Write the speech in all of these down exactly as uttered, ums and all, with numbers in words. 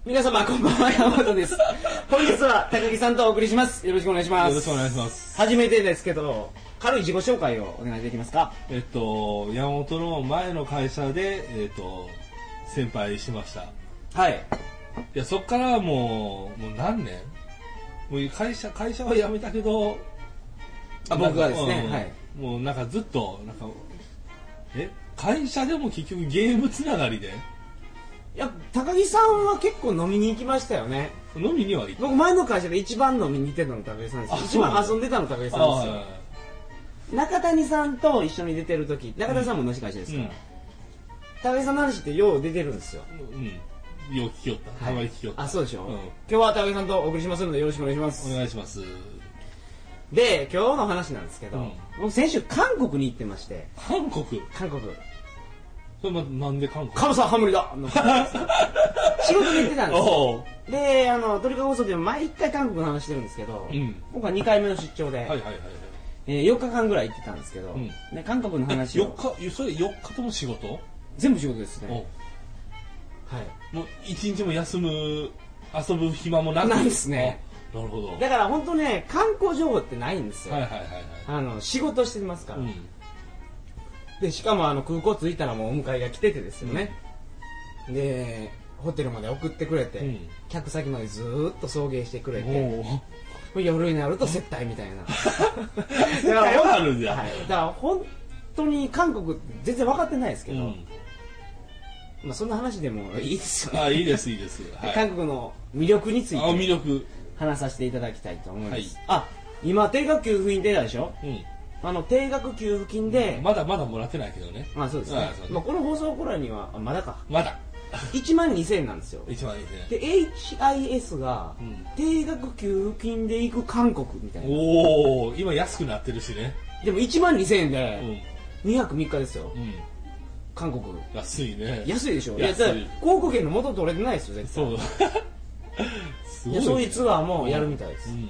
皆様こんばんは、山本です。本日は高木さんとお送りします。よろしくお願いします。 よろしくお願いします。 初めてですけど、軽い自己紹介をお願いできますか。 えっと山本の前の会社でえっと先輩しました。 はい。 いやそっからもうもう何年？もう会社会社は辞めたけど、 あ僕がですね、 うん、 はい。 もうなんかずっとなんかえ会社でも結局ゲームつながりで。 いや高木さんは結構飲みに行きましたよね。 飲みには行った。 僕前の会社で一番飲みに行ってたの高木さんです。一番遊んでたの高木さんですよ。中谷さんと一緒に出てる時、中谷さんも同じ会社ですから、うん、高木さんの話ってよう出てるんですよ。 うん、よう聞きよった、たまに聞きよった。 あ、そうでしょ、うん、今日は高木さんとお送りしますのでよろしくお願いします。 お願いします。 で、今日の話なんですけど、うん、僕先週韓国に行ってまして。 韓国韓国それ、ま、なんで韓国カムサハムリだ仕事で行ってたんですよ。で、あの、トリカ放送でも毎回韓国の話してるんですけど、うん、僕はにかいめの出張で、はいはいはいはい、えー、よっかかんぐらい行ってたんですけど、うん、で韓国の話をよっか、それよっかとも仕事？ 全部仕事ですね。 はい。もう一日も休む、遊ぶ暇もなくないですね。 なるほど。 だから本当ね、観光情報ってないんですよ。 はいはいはいはい。 あの、仕事してますから。うん、で、しかもあの空港着いたらもうお迎えが来ててですよね。うん、で、ホテルまで送ってくれて、うん、客先までずーっと送迎してくれて、夜になると接待みたいな。 だからあるんだ。 はい。だから本当に韓国って全然分かってないですけど、うん、まあそんな話でもいいですよね。 あ、いいですいいです。はい、 韓国の魅力について魅力話させていただきたいと思います。はい、あ、今定額給付金出たでしょ。うん、あの定額給付金で、 まだまだもらってないけどね。 まあそうですね。まあこの放送頃にはまだか。 まだ。 いちまんにせんえんなんですよ。 いちまんにせんえん。 で エイチアイエス が定額給付金で行く韓国みたいな。 おお、今安くなってるしね。 でもいちまんにせんえんでにはくみっかですよ。うん、韓国。 安いね。 安いでしょ。いや、航空券の元取れてないですよ絶対。そう。すごい、ね。そういうツアーもやるみたいです。うんうん、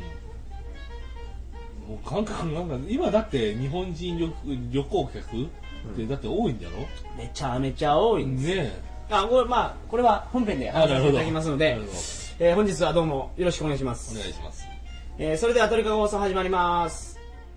もう韓国なんか今だって日本人 旅, 旅行客ってだって多いんだろ。 めちゃめちゃ多いんですね。 あ、これまあこれは本編で話させていただきますので、えー、本日はどうもよろしくお願いします。 お願いします。 えー、それではトリカゴ放送始まります。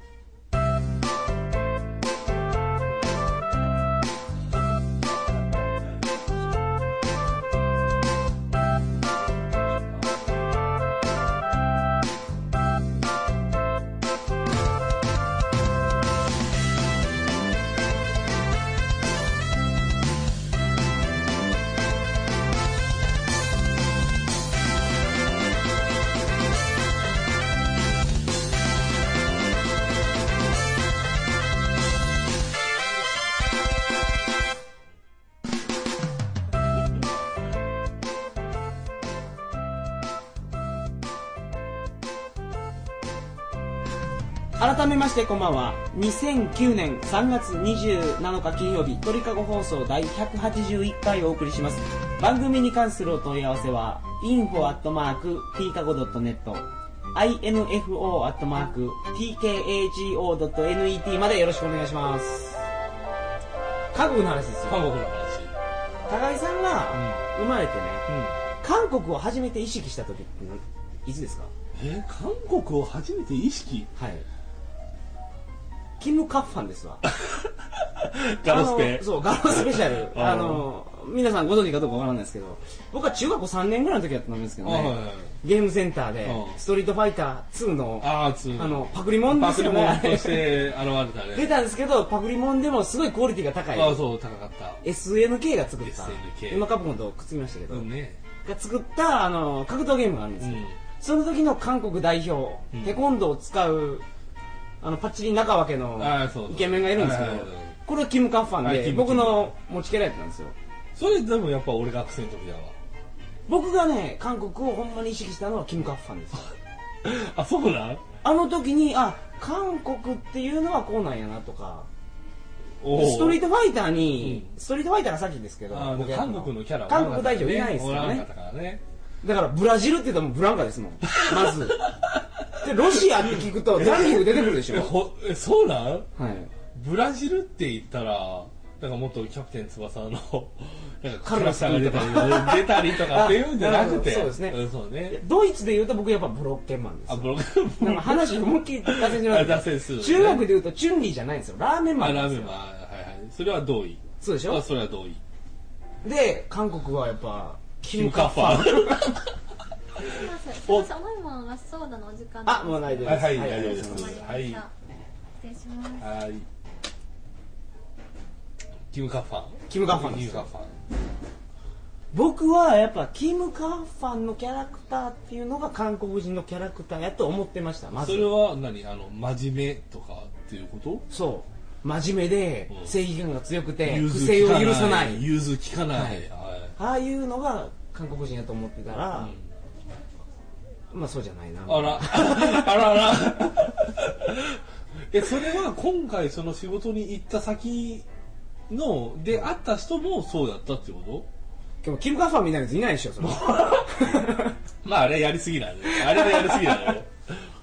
改めましてこんばんは。にせんきゅうねんさんがつにじゅうなのか金曜日、鳥かご放送だいひゃくはちじゅういっかいをお送りします。番組に関するお問い合わせは インフォ アットマーク ティーカゴ ドットネット インフォ アットマーク ティーケーエージーオー ドットネット までよろしくお願いします。韓国の話ですよ。 韓国の話。 高木さんが生まれてね、うんうん、韓国を初めて意識した時っていつですか？ えー、韓国を初めて意識？ はい。キムカッファンですわ。 ガロスペ。 そう、ガロスペシャル。あの、皆さんご存知かどうかわからないですけど、僕は中学校さんねんぐらいの時だったと思うんですけどね、ゲームセンターで、ストリートファイターツーの、あの、パクリモンですよね。 パクリモンとして現れたね。 出たんですけど、パクリモンでもすごいクオリティが高い。 ああ、そう、高かった。 エスエヌケー が作った。 エスエヌケー。 今カプコンとくっつきましたけど、 うんね、 が作った、あの、格闘ゲームがあるんですよ。うん、その時の韓国代表、うん、テコンドーを使う、あのパッチリ中分けのイケメンがいるんですけど、これはキムカッファンで僕の持ちキャラやったんですよ。 それでもやっぱ俺学生の時だわ。 僕がね韓国をほんまに意識したのはキムカッファンですよ。 あ、そうなん？ あの時にあ韓国っていうのはこうなんやなとか、ストリートファイターに、うん、ストリートファイターが先ですけど、 あ韓国のキャラ韓国代表いないですよね。ねだからブラジルって言ったらもうブランカですもんまず。でロシアって聞くとザンギフ出てくるでしょ。 えそうなん？ はい。 ブラジルって言ったらなんかもっとキャプテン翼のなんかカルロスさんが出たり出たりとかっていうんじゃなくて、 そうですね、 うん、そうね。 ドイツで言うと僕やっぱブロッケンマンです。 あ、ブロッケンマン。 なんか話思いっきり脱線します。脱線する、ね。中国で言うとチュンリーじゃないんですよ。ラーメンマンなんですよ。 あ、ラーメンマン、はいはい。それは同意。 そうでしょ。 それは同意。 で、韓国はやっぱキムカファン。 お、さまいもんラスソーダのお時間です。 あ、もう大丈夫です。 はい、大丈夫です。はい。 失礼します。 はい。キムカファン。 キムカファンです。僕はやっぱキムカファンのキャラクターっていうのが韓国人のキャラクターやと思ってました。まず。 それは何、あの真面目とかっていうこと？ そう。真面目で正義感が強くて不正を許さない。 融通きかない。はい。 ああいうのが韓国人やと思ってたら。うん、まあそうじゃないな。 あら、あらあら。え、それは今回その仕事に行った先ので会った人もそうやったってこと？ 今日キムカファンみたいなやついないでしょその。 まああれやりすぎなんで、あれでやりすぎなんで。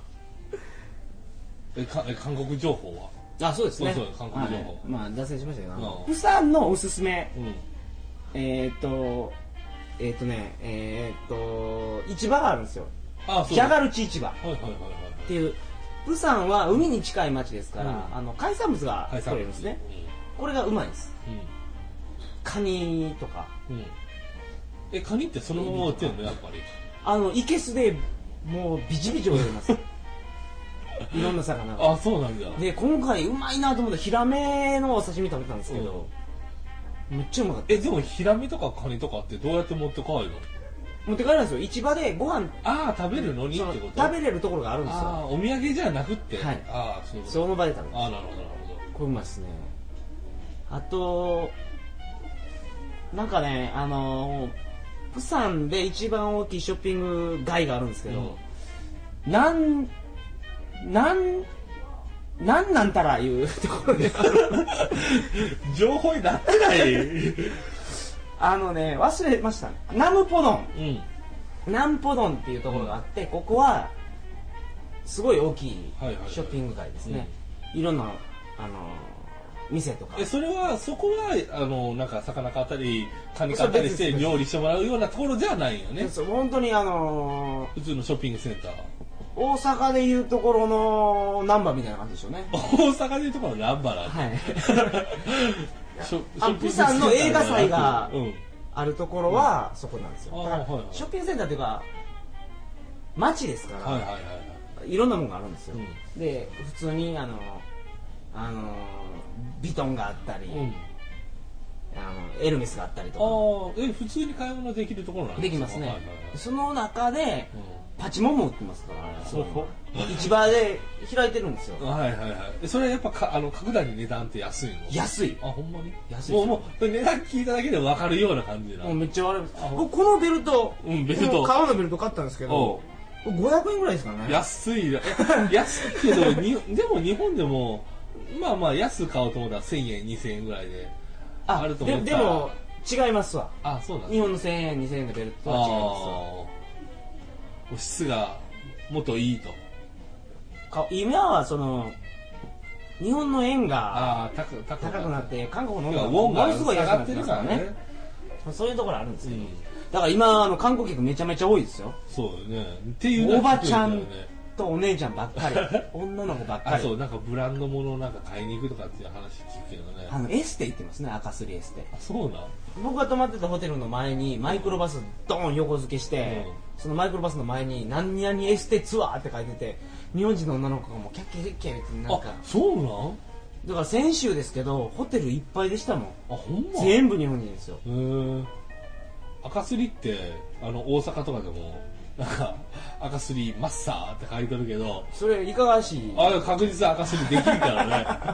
え、か、え、韓国情報は？ あ、そうですね。 そうそう、韓国情報。 まあ脱線しましたけど、プサンのおすすめ。 うん、 えっと、えっとね、えっと市場があるんですよ。 あ、そう。 キャガルチ市場。 はいはいはいはい。 っていう。プサンは海に近い町ですから、うん、あの海産物が取れるんですね、うん、これがうまいです、うん、カニとか、 うん、え、カニってそのまま売ってるの？やっぱりあのイケスでもうビチビチ泳いでますいろんな魚が。 あ、そうなんだ。 で今回うまいなと思ったらヒラメのお刺身食べたんですけど、うん、めっちゃうまかった。 え、でもヒラメとかカニとかってどうやって持って帰るの？ 持って帰るんですよ。市場でご飯、 ああ、食べるのにってこと？ 食べれるところがあるんですよ。 ああ、お土産じゃなくって、 はい、 ああ、そういうこと。 その場で食べる。 ああ、なるほどなるほど。 これうまいですね。あとなんかね、あのー、プサンで一番大きいショッピング街があるんですけど、うん、なんなんなんなんたらいうところで情報になってないあのね、忘れました。ナムポドン、 うん、 ナムポドンっていうところがあって、うん、ここはすごい大きいショッピング街ですね、はいはいはい、いろんなあの店とか。 え、それはそこはあのなんか魚買ったりカニ買ったりして料理してもらうようなところじゃないよね。 そう、本当にあのー、 普通のショッピングセンター、 大阪でいうところのナンバーみたいな感じでしょうね。 大阪でいうところのナンバーなんはいショあ、プサンの映画祭があるところはそこなんですよ。だからショッピングセンターっていうか街ですから、はいはいはいはい、いろんなものがあるんですよ、うん、で普通にあのあのビトンがあったり、うん、あのエルメスがあったりとか。 あ、え、普通に買い物できるところなんですか？ できますね、はいはいはい、その中で、うん、パチモンも売ってますから、 そう市場で開いてるんですよ。 はいはいはい。それはやっぱかあの格段に値段って安いの？ 安い。 あ、ほんまに安い。 もうもう値段聞いただけで分かるような感じな。 もうめっちゃ悪い。このベルト、 うん、ベルト、 革のベルト買ったんですけど、ごひゃくえんぐらいですかね。 安い。安いけどにでも日本でもまあまあ安く買おうと思ったらせんえんにせんえんぐらいであると思ったら。 でも違いますわ。 あ、そうなんです。 日本のせんえんにせんえんのベルトは違いますわ。質がもっといいと。 今はその日本の円があ高高くなって韓国のウォンがものすごい安くなってるからね。 そういうところあるんですよ、うん、だから今あの観光客めちゃめちゃ多いですよ。 そうよね。っていうおばちゃんとお姉ちゃんばっかり女の子ばっかり。 あ、そう、なんかブランド物をなんか買いに行くとかっていう話聞くけどね。 あのエステ行ってますね、赤すりエステ。 あ、そうなん。 僕が泊まってたホテルの前にマイクロバスドーン横付けして、うん、そのマイクロバスの前に何々エステツアーって書いてて、日本人の女の子がもうキャッキャキャッキャ言ってなんか。 あ、そうなん。 だから先週ですけどホテルいっぱいでしたもん。 あ、ほんま。 全部日本人ですよ。 へー。赤すりってあの大阪とかでもなんか赤すりマッサーって書いてるけど、 それいかがわしい。 あ、確実赤すりできるからね。はい。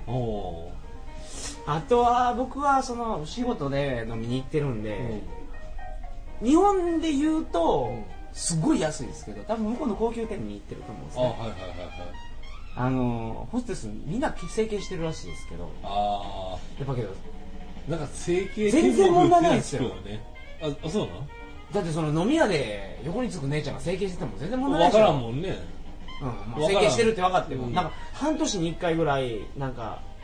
おあとは僕はその仕事で飲みに行ってるんで、うん、日本で言うと、うん、すごい安いですけど多分向こうの高級店に行ってると思うんですね。あ、はいはいはいはい。あのホステスみんな整形してるらしいですけど、あやっぱけどなんか整形全然問題ないですよ。 あ、あ、そうなの？ だってその飲み屋で横につく姉ちゃんが整形してても全然問題ないでしょ。分からんもんね。 うん、まあ、整形してるって分かっても、うん、なんか半年にいっかいぐらいなんか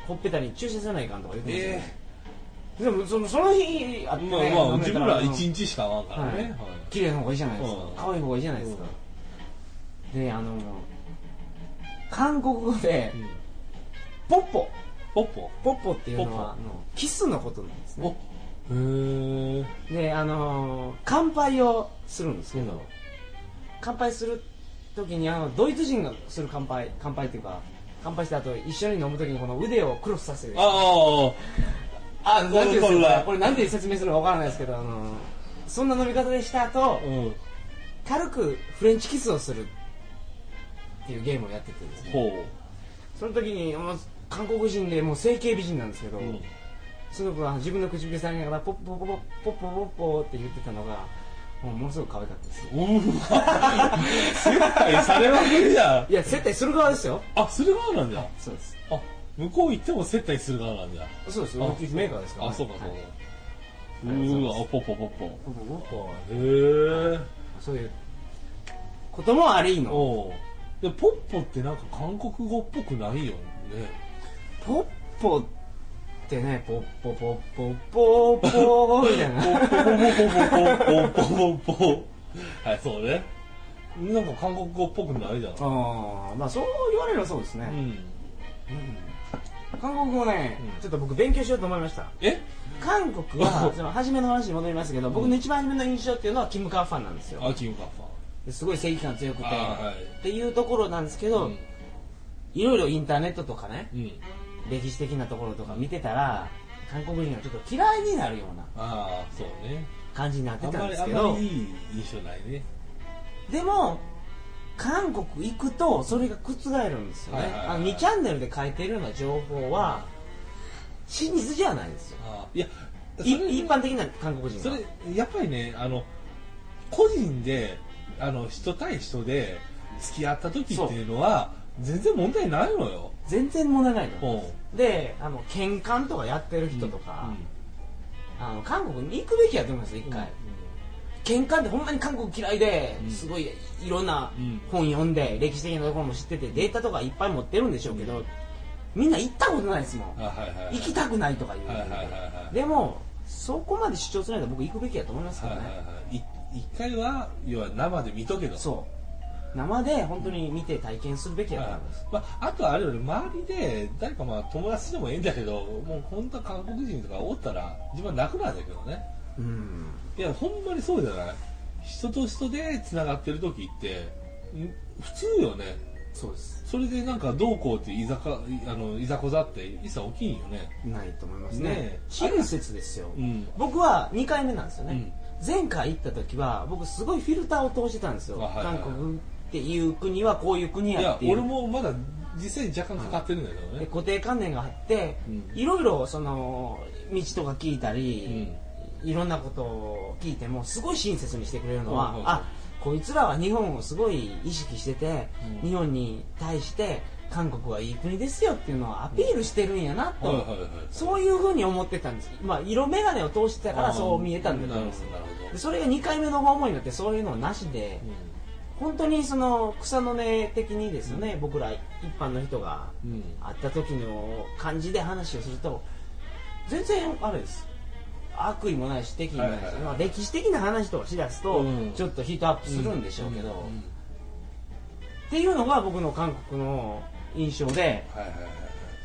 ほっぺたに注射せないかんとか言ってましたね、 えでもそのその日あって、 ー、 ね、 まあまあ自分らいちにちしか会わんからね、 はいはい、 綺麗な方がいいじゃないですか、 うん可愛い方がいいじゃないですか、うん、であの韓国語で、うん、ポッポポッポポッポっていうのはあのキスのことなんですね。 へー。 であの乾杯をするんですけど、うん、乾杯する時にあのドイツ人がする乾杯乾杯っていうか乾杯した後一緒に飲む時にこの腕をクロスさせる。 あああ、なんていうんですか、これなんて説明するのかわからないですけど、あのそんな飲み方でした後、うん、軽くフレンチキスをするっていうゲームをやっててですね。ほう。その時に韓国人でもう整形美人なんですけど、うん、その子は自分の唇触りながらポッポポポポッポポッポって言ってたのがもうものすごく可愛かったです。 接待されまくりだ。 いや接待する側ですよ。 あ、する側なんだ。 そうです。 あ、向こう行っても接待する側なんだ。 そうです。メーカーですから、ね。 あ、そうかそうか。 はい、 うーわ、ポッポポッポ。ポッポポッポ。へえ。 そういうこともありの。 おでポッポってなんか韓国語っぽくないよね。 ポッポってね、ポッポポッポポッポみたいな。ポッポポッポポッポポッポポッポ。 はい、そうね。なんか韓国語っぽくないじゃん。 ああ、まあそう言われればそうですね。うん。うん、韓国語ね、うん、ちょっと僕勉強しようと思いました。 え？ 韓国はその初めの話に戻りますけど、僕の一番初めの印象っていうのはキムカーファンなんですよ。 あ、キムカーファン。 すごい正義感強くて、 はい、 っていうところなんですけど、うん、いろいろインターネットとかね、うん、歴史的なところとか見てたら韓国人はちょっと嫌いになるようなあそうね感じになってたんですけど、 あんまりいい印象ないね。 でも韓国行くとそれが覆るんですよね。あのにチャンネルで書いてるような情報は真実じゃないですよ。 あいや一般的な韓国人はそれやっぱりね、あの個人であの人対人で付き合った時っていうのは全然問題ないのよ。 全然問題ないので、あの喧嘩とかやってる人とか、うんうん、あの韓国に行くべきやと思います一回、うんうん、喧嘩ってほんまに韓国嫌いで、うん、すごいいろんな本読んで、うん、歴史的なところも知っててデータとかいっぱい持ってるんでしょうけど、うん、みんな行ったことないですもん、はいはいはい、行きたくないとか言う、はいはいはいはい、でもそこまで主張するなら僕行くべきやと思いますけどね、はいはいはい、 一回は要は生で見とけと。 そう生で本当に見て体験するべきやと思います、 まあ、あとはあれよね、周りで誰かまあ友達でもいいんだけど、もう本当は韓国人とかおったら自分は楽なんだけどね。うんいやほんまにそうじゃない。人と人でつながってる時って普通よね。 そうです。 それでなんかどうこうっていざかあのいざこざって一切起きんよね。 ないと思いますね。ね親切ですよ、うん、僕はにかいめなんですよね、うん、前回行った時は僕すごいフィルターを通してたんですよ、はいはいはい、韓国っていう国はこういう国やっていう。 いや俺もまだ実際に若干かかってるんだけどね、 で固定観念があっていろいろその道とか聞いたり、うん、いろんなことを聞いてもすごい親切にしてくれるのは、うんうんうん、あこいつらは日本をすごい意識してて、うん、日本に対して韓国はいい国ですよっていうのをアピールしてるんやなと、うんはいはいはい、そういうふうに思ってたんです。まあ色眼鏡を通してたからそう見えたんだと思うんです。でそれがにかいめの訪問になってそういうのなしで、うん、本当にその草の根的にですよね、うん、僕ら一般の人が会った時の感じで話をすると全然あれです。悪意もないし敵意もないし、はいはいはいまあ、歴史的な話とかしだすと、うん、ちょっとヒートアップするんでしょうけど、うんうんうん、っていうのが僕の韓国の印象で、はいはいはい、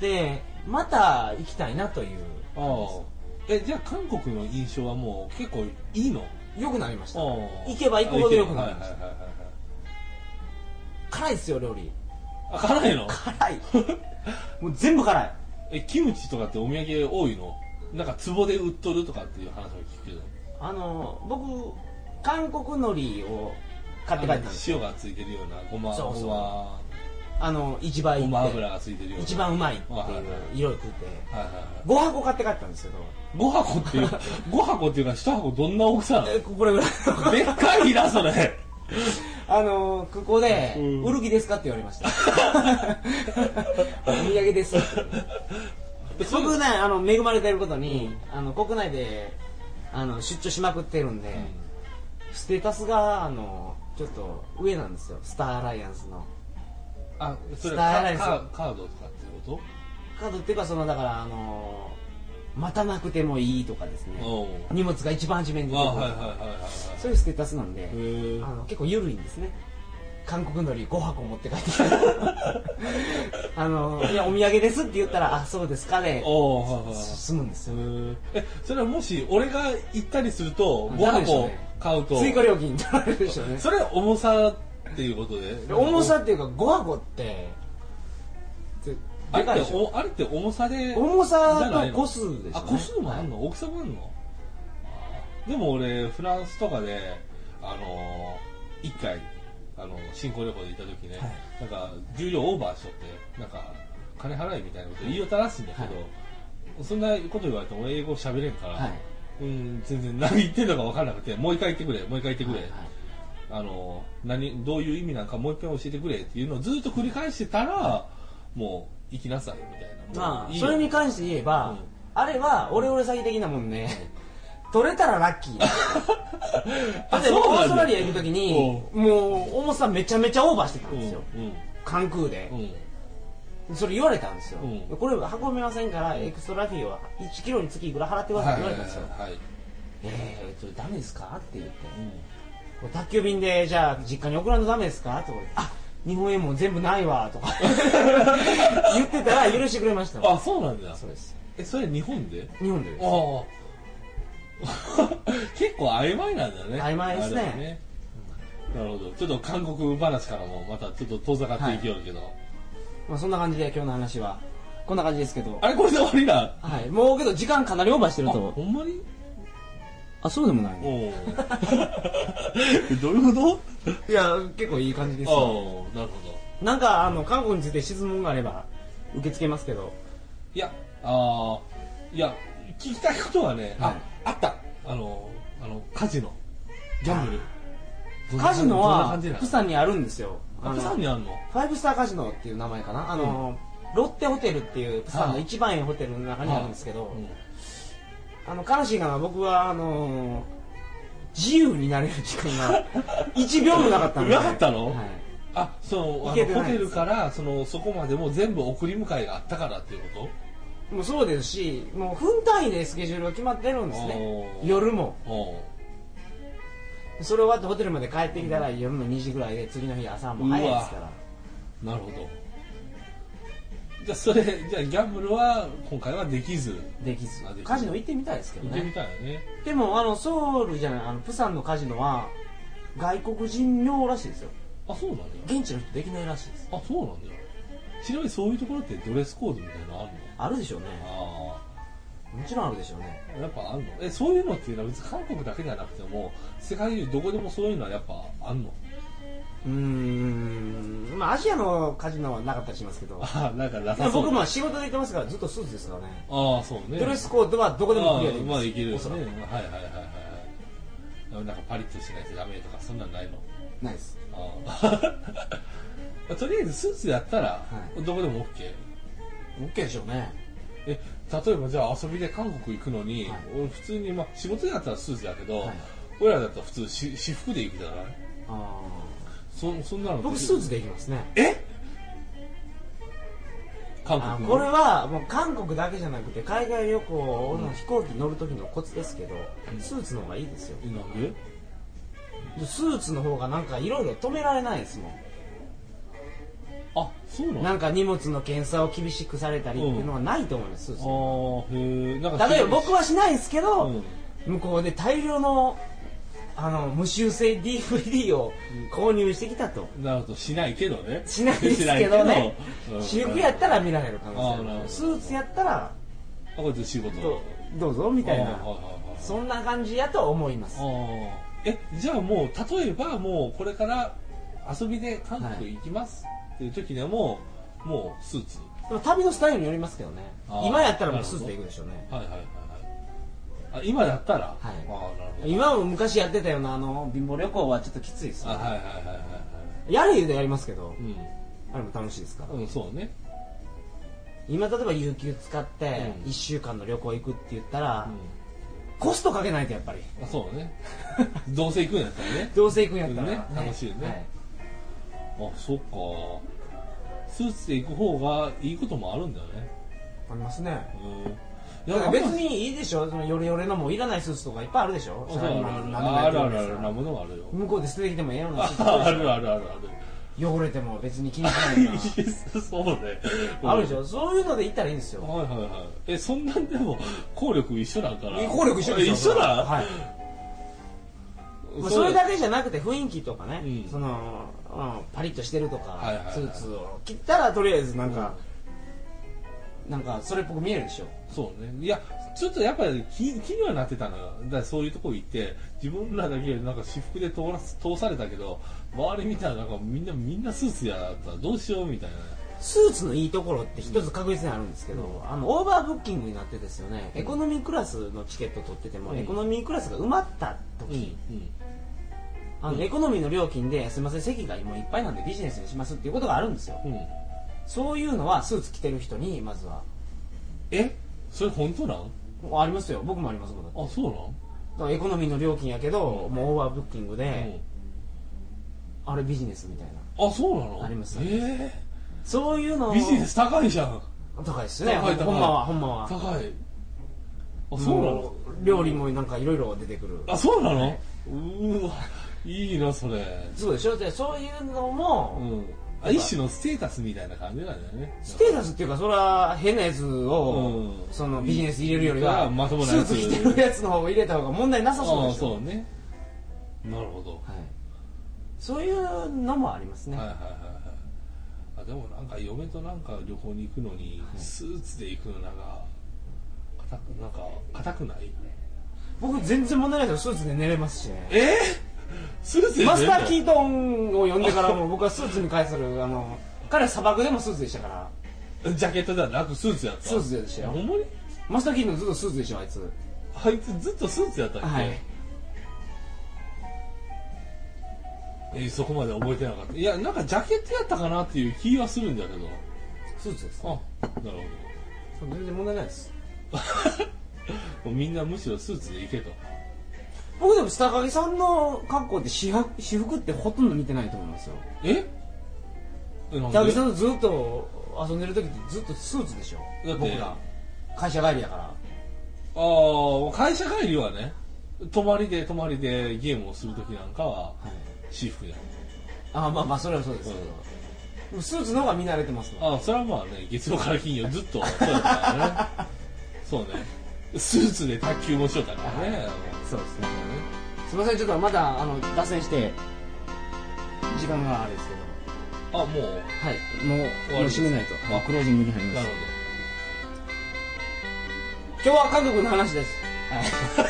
でまた行きたいなという。 あえじゃあ韓国の印象はもう結構いいの？ 良くなりました。行けば行くほど良くなりました。辛いですよ料理。 あ辛いの？ 辛い。もう全部辛い。 えキムチとかってお土産多いの？なんか壺で売っとるとかっていう話を聞くけど。 あの僕韓国海苔を買って帰ったんです。 塩がついてるようなごまそうそうあの一倍ごま油がついてるような一番うまいっていう色々食って、はいはいはい、ご箱買って帰ったんですけどご箱っていうご箱っていうのは一箱どんな大きさなの？ えこれぐらいでっかいなそれあのここで、うん、古着ですかって言われましたお土産です僕ねあの恵まれていることに、うん、あの国内であの出張しまくってるんで、うん、ステータスがあのちょっと上なんですよスターアライアンスのあそれはカードとかっていうこと？ カードっていうかそのだからあの待たなくてもいいとかですね、荷物が一番初めに出てくる、そういうステータスなんで、あの結構緩いんですね。韓国海苔ごはこ持って帰ってきたあのいやお土産ですって言ったらあそうですかで済むんですよ。 えそれはもし俺が行ったりするとごはこ買うと追加料金取られるでしょうね。 それは重さっていうことで重さっていうかごはこってあれってあれって重さで重さと個数でしょ、ね、 あ個数もあるの、はい、大きさもあるの。でも俺フランスとかであのいっかいあの新婚旅行で行った時ね、はい、なんか重量オーバーしとってなんか金払いみたいなこと言いよったらしいんだけど、はい、そんなこと言われても英語喋れんから、はい、うん全然何言ってんのか分からなくてもう一回言ってくれもう一回言ってくれ、はいはい、あの何どういう意味なんかもう一回教えてくれっていうのをずっと繰り返してたら、はい、もう行きなさいみたいな。 まあいいそれに関して言えば、うん、あれはオレオレ詐欺的なもんね。取れたらラッキー。だってオーストラリア行くときにもう重さめちゃめちゃオーバーしてたんですよ、うん、関空で、うん、それ言われたんですよ、うん、これ運べませんからエクストラフィーはいちキロにつきいくら払ってくださいって言われたんですよ。えー、それダメですかって言って、うん、宅急便でじゃあ実家に送らんとダメですかとか言って、あ日本円も全部ないわとか言ってたら許してくれました。 あそうなんだ。 そうです。 えそれ日本で日本でです。 あ結構曖昧なんだね。 曖昧ですね。 ねなるほど。ちょっと韓国話からもまたちょっと遠ざかっていきよるけど、はい、 まあそんな感じで今日の話はこんな感じですけど。 あれこれで終わりだ。 はい。もうけど時間かなりオーバーしてると。 ほんまに？ あそうでもない、ね。 どういうこと？ いや結構いい感じですよ。 なるほど。 なんかあの韓国について質問があれば受け付けますけど。 いやあいや聞きたいことはね、はい、ああったあのあのカジノギャンブルカジノはプサンにあるんですよ。 プサンにあるの？ ファイブスターカジノっていう名前かな。あの、うん、ロッテホテルっていうプサンの一番いいホテルの中にあるんですけど、うん、あの悲しいかな僕はあの自由になれる時間がいちびょうもなかったんで。 なかったの？はい。あ、そのあのホテルからそのそこまでも全部送り迎えがあったからっていうこと？ もうそうですし、もう分単位でスケジュールが決まってるんですね。夜も。それ終わってホテルまで帰ってきたら夜のにじぐらいで次の日朝も早いですから。 なるほど。じゃあそれじゃあギャンブルは今回はできず。 できず。カジノ行ってみたいですけどね。 行ってみたいよね。 でもあのソウルじゃないあのプサンのカジノは外国人用らしいですよ。 あそうなんだよ。 現地の人できないらしいです。 あそうなんだよ。ちなみにそういうところってドレスコードみたいなのあるの？ あるでしょうね。あもちろんあるでしょうね。 やっぱあるの？えそういうのっていうのは別に韓国だけじゃなくても世界中どこでもそういうのはやっぱあるの？ うーんまあアジアのカジノはなかったりしますけど。 あなんかなさそう。 僕も仕事で行ってますからずっとスーツですからね。 ああそうね。 ドレスコードはどこでもクリアできます。 まあいけるですね。はいはいはいはい。なんかパリッとしないとダメとかそんなんないの？ ないです。 あとりあえずスーツやったら、はい、どこでも OK？OK OK でしょうね。 え例えばじゃあ遊びで韓国行くのに、はい、俺普通に、まあ、仕事だったらスーツやけど、はい、俺らだったら普通し私服で行くじゃない？あそそんなの僕スーツで行きますね。 え韓国これはもう韓国だけじゃなくて海外旅行の飛行機乗る時のコツですけど、うん、スーツの方がいいですよ。 なんで？ スーツの方がなんかいろいろ止められないですもん。 あ、そうなの？ なんか荷物の検査を厳しくされたりっていうのはないと思います、うん、スーツの。 あへなんか例えば僕はしないですけど、うん、向こうで大量のあの無修正 ディーブイディー を購入してきたと。 なるほどしないけどね。 しないですけどね。私服やったら見られる可能性ある。スーツやったらあこれで仕事どどうぞみたいなそんな感じやと思います。 えじゃあもう例えばもうこれから遊びで韓国行きます、はい、っていう時でももうスーツ。 でも旅のスタイルによりますけどね。今やったらもうスーツで行くでしょうね。はいはいはいはい。 あ今だったら、はい、あなるほど。今も昔やってたようなあの貧乏旅行はちょっときついですね。 はいはいはいはいはい。 やれ言うでやりますけど、うん、あれも楽しいですから。 うんそうね。 今例えば有給使っていっしゅうかんの旅行行くって言ったら、うん、コストかけないとやっぱり。 あそうね。どうせ行くんやったらね。 どうせ行くんやったら、 ね、楽しいね。はい、あそっか。スーツで行く方がいいこともあるんだよね。 ありますね。うん、いや別にいいでしょ、そのヨレヨレのもういらないスーツとかいっぱいあるでしょ。 そうあるあるあるあるなものもあるよ。 向こうで捨ててきてもええようなスーツあるあるあるある。 汚れても別に気にしないなそうね。 あるでしょ。そういうので行ったらいいんですよ。 はいはいはい。え、そんなんでも効力一緒なんかな。 効力一緒ですよ。 一緒だ。 はい。それだけじゃなくて雰囲気とかね、うん、その、うん、パリッとしてるとか、はいはいはい、スーツを着たらとりあえずなんか、うん、なんかそれっぽく見えるでしょ。 そうね。いやちょっとやっぱり気, 気にはなってたのよ。だからそういうとこ行って自分らだけなんか私服で通ら通されたけど、周り見たらなんかみんなみんなスーツやったらどうしようみたいな。 スーツのいいところって一つ確実にあるんですけど、うん、あのオーバーブッキングになってですよね、うん、エコノミークラスのチケット取ってても、うん、エコノミークラスが埋まった時、うんうん、あの、うん、エコノミーの料金ですいません席がもういっぱいなんでビジネスにしますっていうことがあるんですよ、うん、そういうのはスーツ着てる人にまずはえそれ本当なんありますよ。僕もありますもん。だってあ、そうなんだからエコノミーの料金やけど、うん、もうオーバーブッキングで、うん、あれビジネスみたいな。 あ、そうなのあります。 えー、 そういうのビジネス高いじゃん。 高いですね。 高い高いほんまはほんまは高い。あ、そうなの料理もなんかいろいろ出てくる。 あ、そうなの、はい、うーわいいなそれ。 そうでしょ。でそういうのも、 うん、一種のステータスみたいな感じなんだよね。 ステータスっていうか、それは変なやつを、うん、そのビジネス入れるよりは、 まともなスーツ着てるやつの方を入れた方が問題なさそうでしょ。 あ、そうね。なるほど。はい。 そういうのもありますね。 はいはいはいはい。あ、でもなんか嫁となんか旅行に行くのに、はい、スーツで行くのなんか硬くなんか硬くない？ 僕全然問題ないですよ。スーツで寝れますしね。 えースーツでマスター・キートンを呼んでからも僕はスーツに関するあの彼は砂漠でもスーツでしたから。 ジャケットではなくスーツやった。 スーツでしたよ。 ほんまにマスター・キートンずっとスーツでしょ。あいつあいつずっとスーツやったっけ、はい、えー、そこまで覚えてなかった。いやなんかジャケットやったかなっていう気はするんだけど。 スーツです、 ね、あ、なるほど。全然問題ないですもうみんなむしろスーツで行けと。 僕でも下影さんの格好って私服、私服ってほとんど見てないと思いますよ。 え？ 下影さんとずっと遊んでる時ってずっとスーツでしょ。だって僕ら会社帰りやから。ああ、会社帰りはね、泊まりで泊まりでゲームをする時なんかは私服じゃん、はい、ああ、まあまあそれはそうですけど、うん、スーツの方が見慣れてますもん。ああ、それはまあね、月曜から金曜ずっとそうだからねそうね、スーツで卓球もしよったからね、はい、 そうですね。すみません、ちょっとまだあの脱線して時間があれですけど。あ、もうはい、 もうもう締めないと。あ、クロージングに入ります。なるほど。今日は韓国の話です。はい、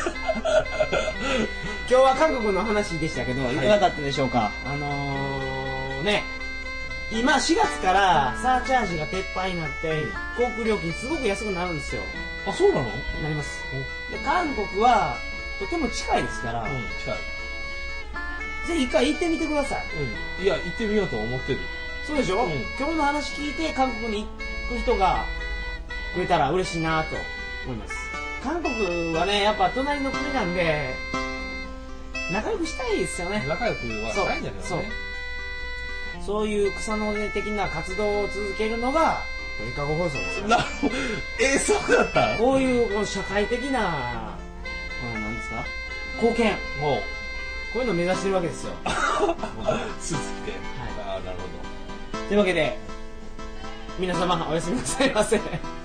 今日は韓国の話でしたけど、いかがだったでしょうか。はい、あのー、ね、今しがつからサーチャージが撤廃になって航空料金すごく安くなるんですよ。 あ、そうなの？ なります。で、韓国はとても近いですから、うん、近い。ぜひ一回行ってみてください。 うん、いや、行ってみようと思ってる。 そうでしょ、うん、今日の話聞いて韓国に行く人が増えたら嬉しいなと思います。韓国はね、やっぱ隣の国なんで仲良くしたいですよね。 仲良くはしたいんだけどね。そう、 そう、そういう草の根的な活動を続けるのが鳥かご放送ですよ。 なるほど。えー、そうだった。 こういうこう社会的な、うん、なんですか、貢献、もうこういうのを目指してるわけですよスーツ着て、はい、ああ、なるほど。 というわけで皆様おやすみなさいませ